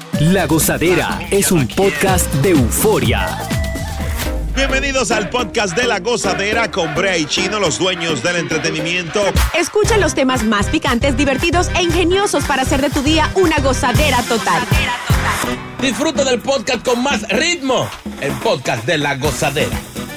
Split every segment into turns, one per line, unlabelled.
La Gozadera es un podcast de euforia.
Bienvenidos al podcast de La Gozadera con Brea y Chino, los dueños del entretenimiento.
Escucha los temas más picantes, divertidos e ingeniosos para hacer de tu día una gozadera total.
Disfruta del podcast con más ritmo, el podcast de La Gozadera.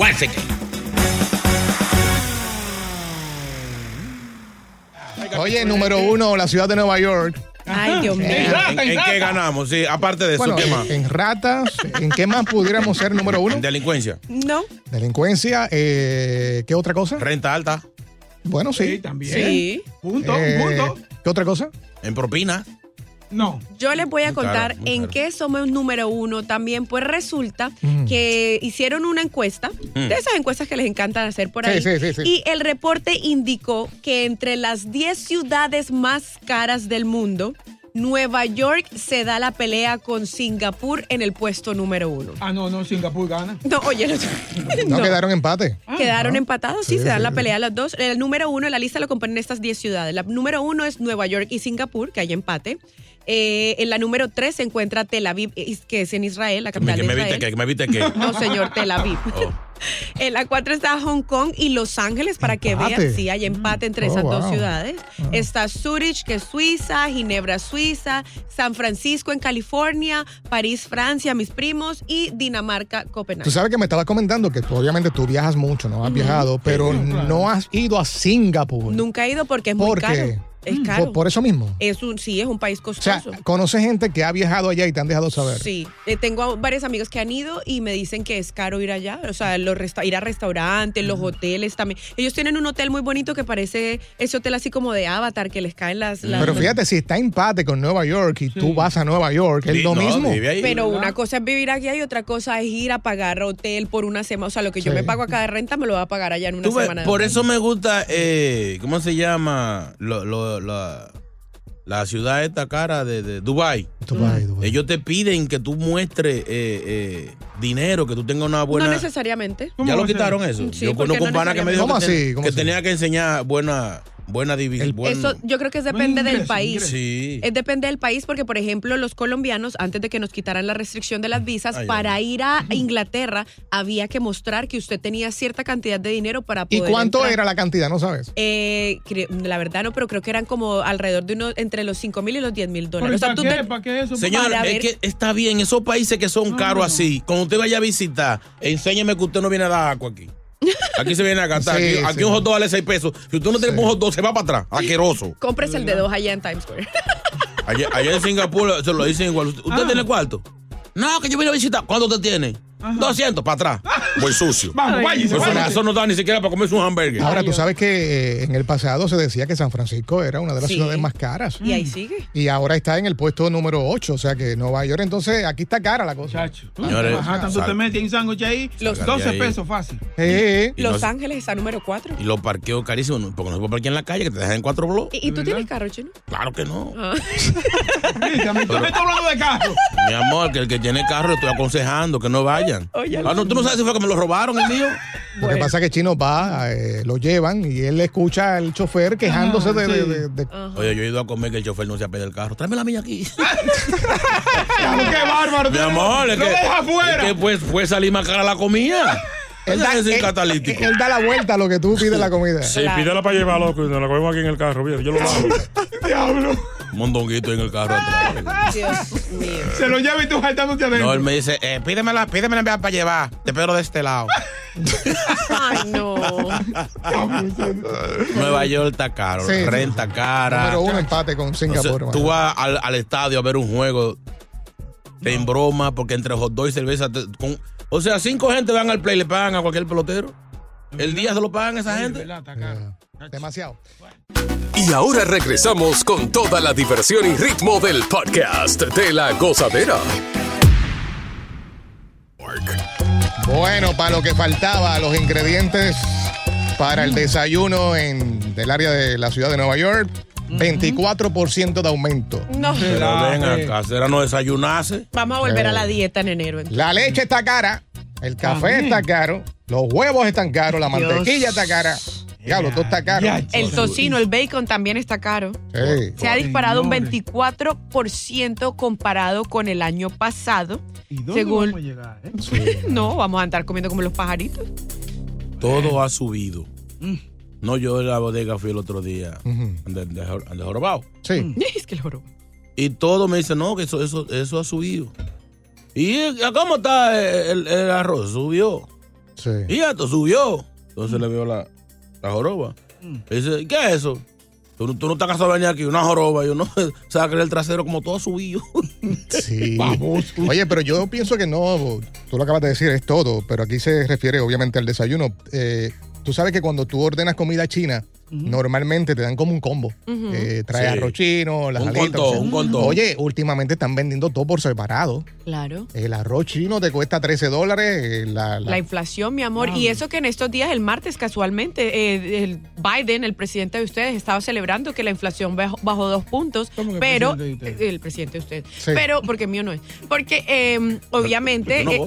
Oye, número 1, la ciudad de Nueva York.
Ay, Dios mío.
¿En qué ganamos? Sí, aparte de eso,
Bueno,
¿qué más?
en ratas, ¿en qué más pudiéramos ser número 1?
En delincuencia.
No.
Delincuencia, ¿qué otra cosa?
Renta alta.
Bueno, sí.
También.
Sí.
Punto.
¿Qué otra cosa?
En propina.
No.
Yo les voy a
Muy
contar
caro, muy
en
caro.
qué somos número 1 también. Pues resulta que hicieron una encuesta, de esas encuestas que les encantan hacer por ahí.
Sí.
Y el reporte indicó que entre las 10 ciudades más caras del mundo, Nueva York se da la pelea con Singapur en el puesto número 1.
Ah, no, Singapur gana.
No, oye,
No, quedaron empate.
Quedaron empatados, sí, se dan la pelea las dos. El número 1 en la lista lo componen estas 10 ciudades. La número 1 es Nueva York y Singapur, que hay empate. En la número 3 se encuentra Tel Aviv, que es en Israel, la capital de Israel.
¿Que me viste qué?
No, señor, Tel Aviv.
Oh.
En la 4 está Hong Kong y Los Ángeles, para que
Empate.
vean, sí, hay empate entre esas dos
wow.
ciudades. Está Zurich, que es Suiza, Ginebra, Suiza, San Francisco en California, París, Francia, mis primos, y Dinamarca,
Tú
Copenhague.
sabes que me estabas comentando que obviamente tú viajas mucho, ¿no? Has viajado, pero no has ido a Singapur.
Nunca he ido porque es muy
¿Por
caro.
qué?
Es caro.
Por eso mismo.
Es un país
O sea,
costoso.
¿conoces gente que ha viajado allá y te han dejado saber?
Sí, tengo varios amigos que han ido y me dicen que es caro ir allá, o sea, ir a restaurantes, los hoteles también. Ellos tienen un hotel muy bonito que parece ese hotel así como de Avatar, que les caen las...
Pero fíjate, si está empate con Nueva York y tú vas a Nueva York, es lo mismo.
Vive ahí.
Pero una cosa es vivir aquí y otra cosa es ir a pagar hotel por una semana. O sea, lo que yo
Sí.
me pago acá de renta me lo voy a pagar allá en una
Tú ves,
semana.
por eso me gusta, ¿cómo se llama? La ciudad esta cara de Dubái.
Dubái.
Ellos te piden que tú muestres dinero, que tú tengas una buena...
No necesariamente.
¿Ya lo quitaron eso?
Sí,
Yo
porque
conozco
no
un pana que me dijo
¿Cómo
que,
así? ¿Cómo
que
así?
tenía que enseñar buena división.
Eso yo creo que depende
Buen
del
ingreso,
país.
ingreso.
Sí.
Depende del país porque, por ejemplo, los colombianos, antes de que nos quitaran la restricción de las visas,
Ay,
para ir a Inglaterra había que mostrar que usted tenía cierta cantidad de dinero para
¿Y
poder
cuánto
entrar.
era la cantidad? ¿No sabes?
La verdad no, pero creo que eran como alrededor de entre los $5,000 y los $10,000. O sea,
¿Para qué eso?
Señor,
para
es
ver-
que está bien, esos países que son caros así, cuando usted vaya a visitar, enséñeme que usted no viene a dar agua aquí. Aquí se viene a gastar.
Sí,
aquí
sí.
un hot dog vale 6 pesos. Si usted no tiene un hot dog, se va para atrás. Asqueroso.
Cómprese el de 2 allá en Times Square.
Allá en Singapur se lo dicen igual. ¿Usted tiene cuarto? No, que yo vine a visitar. ¿Cuánto usted tiene? 200 para atrás. Muy sucio.
Vamos, váyase,
Pues
váyase.
eso no da ni siquiera para comerse un hamburger.
Ahora, tú sabes que en el pasado se decía que San Francisco era una de las
Sí.
ciudades más caras.
Y ahí sigue.
Y ahora está en el puesto número 8, o sea que Nueva York, entonces aquí está cara la cosa.
Chacho.
Señores,
Ajá, tanto
sal-
te metes en sándwich ahí,
Los-
12
ahí.
pesos fácil.
Y
Los
no-
Ángeles está número 4.
Y los parqueos carísimos, porque no se puede parquear en la calle, que te dejan en 4 bloques.
¿Y tú tienes carro, Chino?
Claro que no.
Mira, me estoy hablando de carro.
Mi amor, que el que tiene carro le estoy aconsejando que no vayan.
Oye,
No, tú no sabes si fue que me lo robaron el mío.
Lo que pasa es que Chino va, lo llevan y él escucha al chofer quejándose de-
Oye, yo he ido a comer que el chofer no se apega del carro. Tráeme la mía aquí.
Claro, qué bárbaro.
Mi amor, es
Lo deja
que,
afuera.
es que pues, puede salir más cara la comida.
Él da,
Es sin
él-
catalítico.
él da la vuelta a lo que tú pides la comida.
Sí,
Claro.
pídela para llevar, loco, y nos la comemos aquí en el carro. Bien, yo lo hago.
Diablo.
Un mondonguito en el carro atrás.
Dios mío.
Se lo lleva y tú saltándote adentro.
No, él me dice, pídemela para llevar. Te espero de este lado.
Ay, no.
Nueva York está caro,
Sí, sí,
renta cara.
Número 1 empate con
O sea,
Singapur.
tú vas al estadio a ver un juego, te embroma porque entre hot dog y cerveza. O sea, 5 gente van al play y le pagan a cualquier pelotero. El día se lo pagan a esa gente.
¿Verdad? Está caro.
Demasiado.
Y ahora regresamos con toda la diversión y ritmo del podcast de La Gozadera.
Bueno, para lo que faltaba, los ingredientes para el desayuno del área de la ciudad de Nueva York, 24% de aumento.
No.
Pero ven acá, ¿será no desayunarse?
Vamos a volver a la dieta en enero. entonces.
La leche está cara, el café
También.
está caro, los huevos están caros, la
Dios.
mantequilla está cara. Diablo, todo está caro.
Ya,
El tocino, el bacon también está caro.
Sí.
Se ha disparado un
Señores.
24% comparado con el año pasado.
¿Y dónde
Según-
vamos a llegar?
No, vamos a andar comiendo como los pajaritos.
Todo ha subido. No, yo en la bodega fui el otro día,
Ujú.
de jorobado.
Sí.
Es que el oro.
Y todo me dice, no, que eso ha subido. ¿Y cómo está el arroz? Subió.
Sí.
Y esto subió. Entonces le veo la joroba. Y dice, ¿qué es eso? Tú no estás casado de venir aquí, una joroba. Yo no, se va a creer el trasero como todo subido.
Sí. Oye, pero yo pienso que no, tú lo acabas de decir, es todo, pero aquí se refiere obviamente al desayuno. Tú sabes que cuando tú ordenas comida china, normalmente te dan como un combo. Trae
Sí.
arroz chino, las
Un
alitas.
contón, un contón.
Oye, últimamente están vendiendo todo por separado.
Claro.
El arroz chino te cuesta $13.
La inflación, mi amor. Y eso que en estos días, el martes, casualmente, el Biden, el presidente de ustedes, estaba celebrando que la inflación bajó 2 puntos.
¿Cómo que el
Pero
presidente de ustedes?
el presidente de ustedes.
Sí.
Pero, porque mío no es. Porque, obviamente,
No, vos.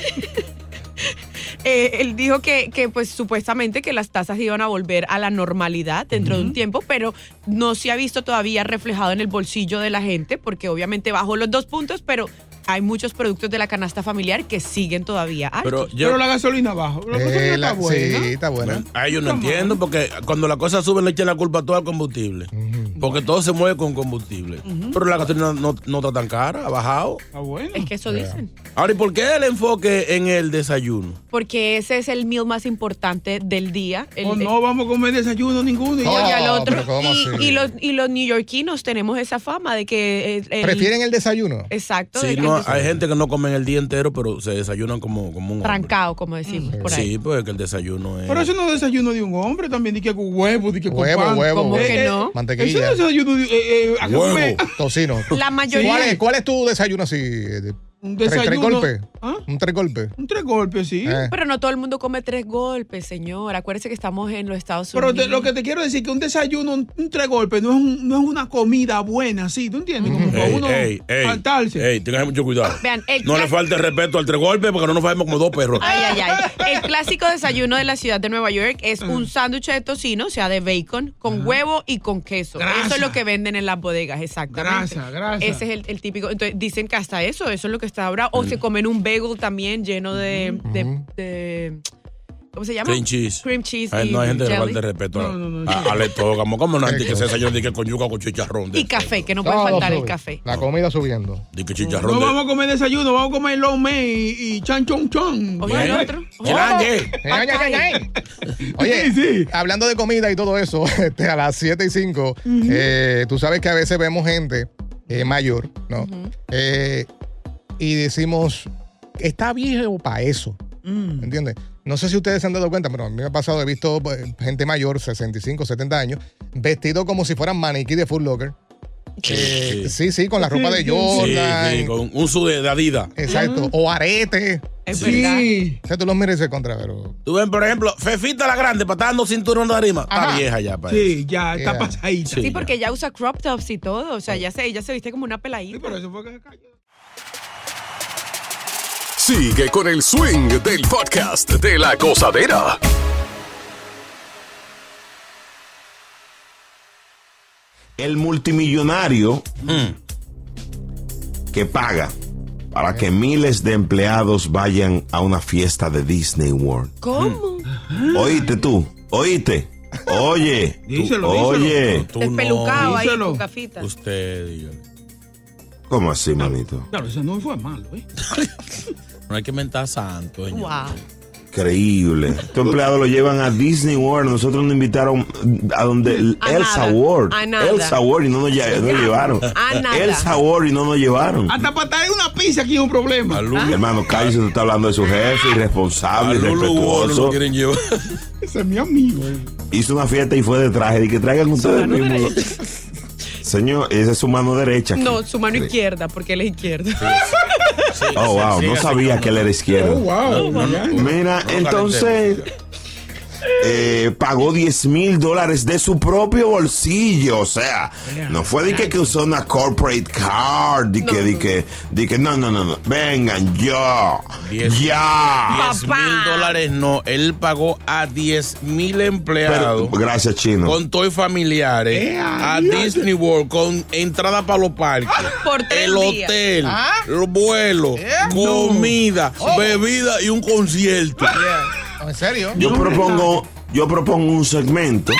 él dijo que, pues, supuestamente que las tasas iban a volver a la normalidad dentro de un tiempo, pero no se ha visto todavía reflejado en el bolsillo de la gente, porque obviamente bajó los 2 puntos, pero hay muchos productos de la canasta familiar que siguen todavía altos.
Pero yo,
Pero la gasolina abajo. La gasolina está buena.
Sí, está buena.
a ellos no entiendo porque cuando las cosas suben le echan la culpa a todo al combustible. Porque todo se mueve con combustible. Pero la gasolina no está tan cara, ha bajado.
Está buena.
Es que eso dicen.
Ahora, ¿y por qué el enfoque en el desayuno?
Porque ese es el meal más importante del día.
O no vamos a comer desayuno ninguno. Y
No.
ya.
Y al
Oh,
otro.
pero ¿cómo así?
Y los neoyorquinos tenemos esa fama de que.
¿Prefieren el desayuno?
Exacto.
Sí,
el
no, hay gente que no comen el día entero, pero se desayunan como un hombre.
trancado, como decimos por ahí.
Sí, pues que el desayuno es...
Pero eso no es desayuno de un hombre también. Di que con huevo, di que con
Huevo,
pan.
huevo.
¿Cómo que no?
Eso
Mantequilla.
es desayuno de... ¿a qué
Huevo.
comer?
Tocino.
La mayoría.
¿Cuál es tu desayuno así?
Un
¿Tres
desayuno.
golpes?
¿Ah?
¿Un 3 golpes?
Un 3 golpes, sí.
Pero no todo el mundo come 3 golpes, señor. Acuérdese que estamos en los Estados
Pero
Unidos.
lo que te quiero decir es que un desayuno, un 3 golpes, no es una comida buena, ¿sí? ¿Tú entiendes? Como para uno faltarse.
Ey, tengan mucho cuidado.
Vean, el
No le
clas-
falte respeto al 3 golpes porque no nos vemos como 2 perros.
Ay. El clásico desayuno de la ciudad de Nueva York es un sándwich de tocino, o sea, de bacon, con huevo y con queso.
Grasa.
Eso es lo que venden en las bodegas, exactamente.
Grasa.
Ese es el típico. Entonces, dicen que hasta eso es lo que está ahora. O se comen un bagel también lleno de ¿cómo se llama?
Cream cheese.
Cream cheese
Ay,
y
no hay gente que le
jelly.
falte respeto
No.
al estómago. ¿Cómo no hay gente que se desayuna de que con yuca con chicharrón?
Y café, que no puede
Todo
faltar el
sube.
café.
La comida subiendo.
De que chicharrón
No
de...
vamos a comer desayuno, vamos a comer lo mei y chan chon chon.
Oye, el otro.
Chilangue.
Oye,
Sí.
hablando de comida y todo eso, a las 7:05, tú sabes que a veces vemos gente mayor, ¿no? Y decimos, está viejo para eso. ¿Entiendes? No sé si ustedes se han dado cuenta, pero a mí me ha pasado, he visto gente mayor, 65, 70 años, vestido como si fueran maniquí de Foot Locker. Sí, con la ropa de Jordan.
Sí, con un sud de Adidas.
Exacto. O arete.
Es verdad.
Sí.
O sea, tú los miras y se contra, pero.
Tú ven, por ejemplo, Fefita la Grande, para estar dando cinturón de arima. Está
Ajá.
vieja ya, para eso.
Sí, ya está
Yeah.
pasadita.
Sí, porque ella usa crop tops y todo. O sea, ella se viste como una
Sí,
peladita.
pero eso fue que se cayó.
Sigue con el swing del podcast de La Gozadera.
El multimillonario que paga para que miles de empleados vayan a una fiesta de Disney World.
¿Cómo?
Oíste tú, oíste. Oye,
Díselo,
oye.
Tú
Despelucado ahí
díselo.
con gafitas.
Usted, dígale.
¿Cómo así, manito?
Claro, eso no fue malo, ¿eh?
No hay que mentar santo, señor.
Wow.
Increíble. Estos empleados lo llevan a Disney World. Nosotros nos invitaron a donde
A
Elsa
nada,
World.
a nada.
Elsa World y no nos llevaron.
A nada.
Elsa World y no nos llevaron.
Hasta para traer una pizza aquí es un problema.
A Lulu,
Hermano, cállese, usted está hablando de su jefe,
a
irresponsable,
Lulu Wall
irrespetuoso.
lo quieren llevar.
Ese es mi amigo.
Hizo una fiesta y fue de traje. Y que traigan ustedes mismos. Señor, esa es su mano derecha. aquí.
No, su mano izquierda, porque él es izquierdo.
Oh, wow, no sabía que él era izquierdo.
Oh, wow.
Mira, entonces, pagó $10,000 de su propio bolsillo. O sea, no fue de que usó una corporate card. De que no. Vengan, ya.
$10,000 no. Él pagó a 10,000 empleados.
Pero, gracias, Chino.
Con todos familiares. A Disney World. Con entrada para los parques.
Por 3
el hotel. Los vuelos. Comida. Bebida y un concierto.
¿En serio?
Yo propongo un segmento.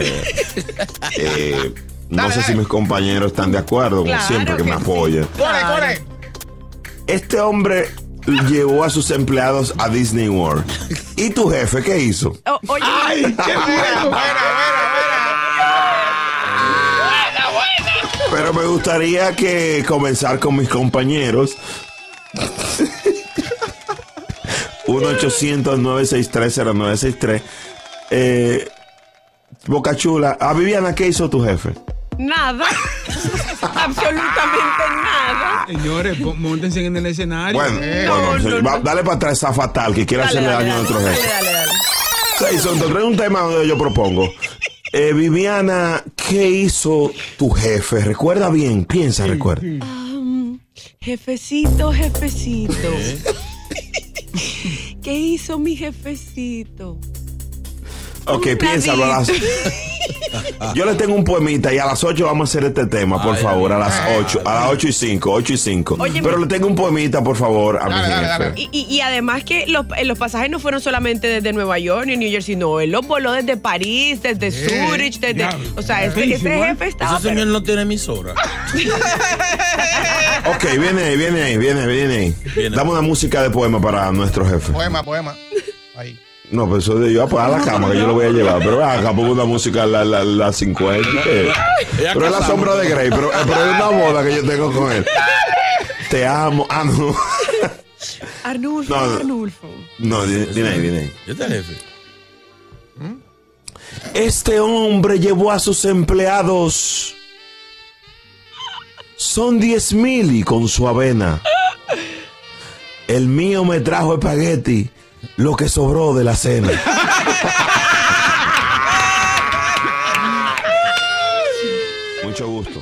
No sé si mis compañeros están de acuerdo, como siempre, que me apoyen.
¡Corre!
Este hombre llevó a sus empleados a Disney World. ¿Y tu jefe qué hizo?
Oye.
¡Ay, qué bueno!
Pero me gustaría comenzar con mis compañeros. 1-800-963-0963. Boca Chula. A Viviana, ¿qué hizo tu jefe?
Nada. Absolutamente nada.
Señores, móntense en el escenario.
Bueno,
No.
dale para atrás esa fatal que quiere hacerle daño a nuestro jefe.
Dale.
Entonces, un tema donde yo propongo. Viviana, ¿qué hizo tu jefe? Recuerda bien, recuerda.
Jefecito. ¿Qué hizo mi jefecito?
Ok, piénsalo. Yo le tengo un poemita y a las 8 vamos a hacer este tema, por favor. A las 8, a las 8:05.
Oye,
pero le tengo un poemita, por favor, a mi jefe.
Y además que los pasajes no fueron solamente desde Nueva York ni New Jersey, no, él los voló desde París, desde Zurich, o sea, ese jefe estaba.
Ese señor no tiene emisora.
Ok, viene ahí. Dame una música de poema para nuestro jefe.
Poema. Ahí.
No, pues eso de yo a apagar la cama que yo lo voy a llevar. Pero acá pongo una música la 50. Pero es la sombra de Grey. Pero es una boda que yo tengo con él. Te amo. No.
Arnulfo.
No, viene ahí.
¿Y este jefe?
Este hombre llevó a sus empleados. Son 10,000 y con su avena. El mío me trajo espagueti. Lo que sobró de la cena. Mucho gusto.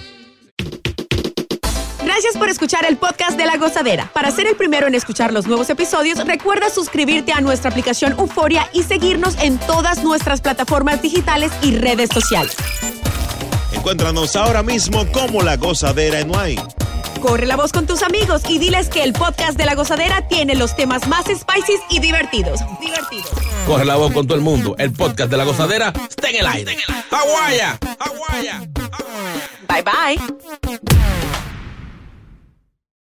Gracias por escuchar el podcast de La Gozadera. Para ser el primero en escuchar los nuevos episodios, recuerda suscribirte a nuestra aplicación Euforia y seguirnos en todas nuestras plataformas digitales y redes sociales.
Encuéntranos ahora mismo como La Gozadera en Wine.
Corre la voz con tus amigos y diles que el podcast de La Gozadera tiene los temas más spicy y divertidos.
Corre la voz con todo el mundo. El podcast de La Gozadera está en el aire. ¡Aguaya!
Bye, bye.